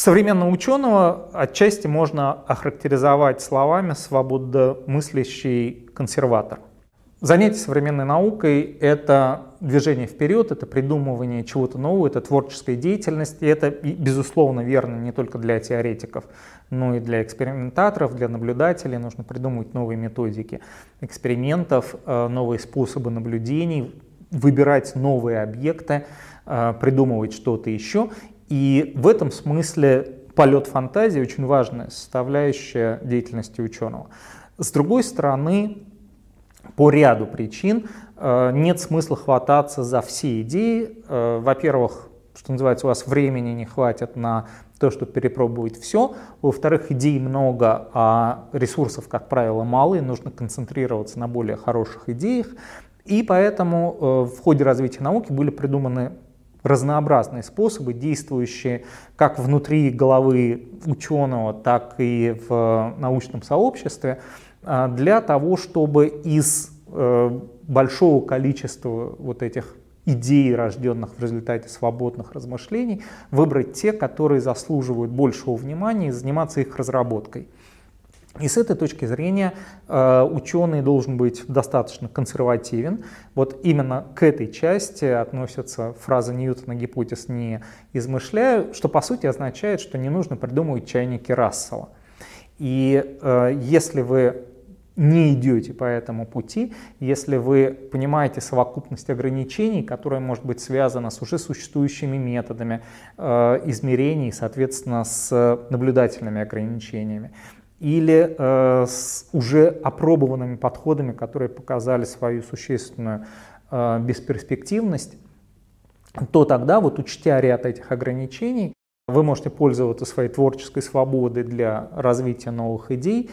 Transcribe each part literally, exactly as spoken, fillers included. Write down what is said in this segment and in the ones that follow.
Современного ученого отчасти можно охарактеризовать словами «свободомыслящий консерватор». Занятие современной наукой — это движение вперед, это придумывание чего-то нового, это творческая деятельность. И это, безусловно, верно не только для теоретиков, но и для экспериментаторов, для наблюдателей. Нужно придумывать новые методики экспериментов, новые способы наблюдений, выбирать новые объекты, придумывать что-то еще. И в этом смысле полет фантазии — очень важная составляющая деятельности ученого. С другой стороны, по ряду причин нет смысла хвататься за все идеи. Во-первых, что называется, у вас времени не хватит на то, чтобы перепробовать все. Во-вторых, идей много, а ресурсов, как правило, мало, и нужно концентрироваться на более хороших идеях. И поэтому в ходе развития науки были придуманы разнообразные способы, действующие как внутри головы ученого, так и в научном сообществе, для того, чтобы из большого количества вот этих идей, рожденных в результате свободных размышлений, выбрать те, которые заслуживают большего внимания, и заниматься их разработкой. И с этой точки зрения ученый должен быть достаточно консервативен. Вот именно к этой части относится фраза Ньютона «гипотез не измышляю», что по сути означает, что не нужно придумывать чайники Рассела. И э, если вы не идете по этому пути, если вы понимаете совокупность ограничений, которая может быть связана с уже существующими методами э, измерений, соответственно, с наблюдательными ограничениями, или э, с уже опробованными подходами, которые показали свою существенную э, бесперспективность, то тогда, вот учтя ряд этих ограничений, вы можете пользоваться своей творческой свободой для развития новых идей,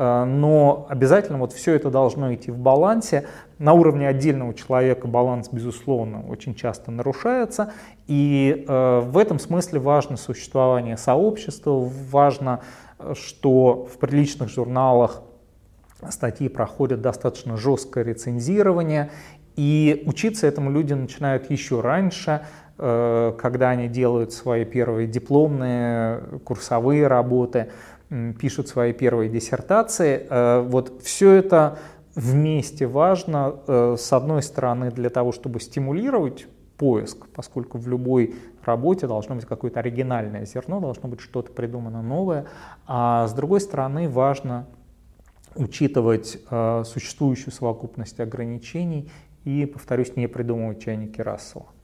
но обязательно вот все это должно идти в балансе. На уровне отдельного человека баланс, безусловно, очень часто нарушается, и в этом смысле важно существование сообщества, важно, что в приличных журналах статьи проходят достаточно жесткое рецензирование, и учиться этому люди начинают еще раньше, когда они делают свои первые дипломные, курсовые работы, пишут свои первые диссертации. Вот все это вместе важно, с одной стороны, для того, чтобы стимулировать поиск, поскольку в любой работе должно быть какое-то оригинальное зерно, должно быть что-то придумано новое, а с другой стороны, важно учитывать существующую совокупность ограничений и, повторюсь, не придумывать чайники Рассела.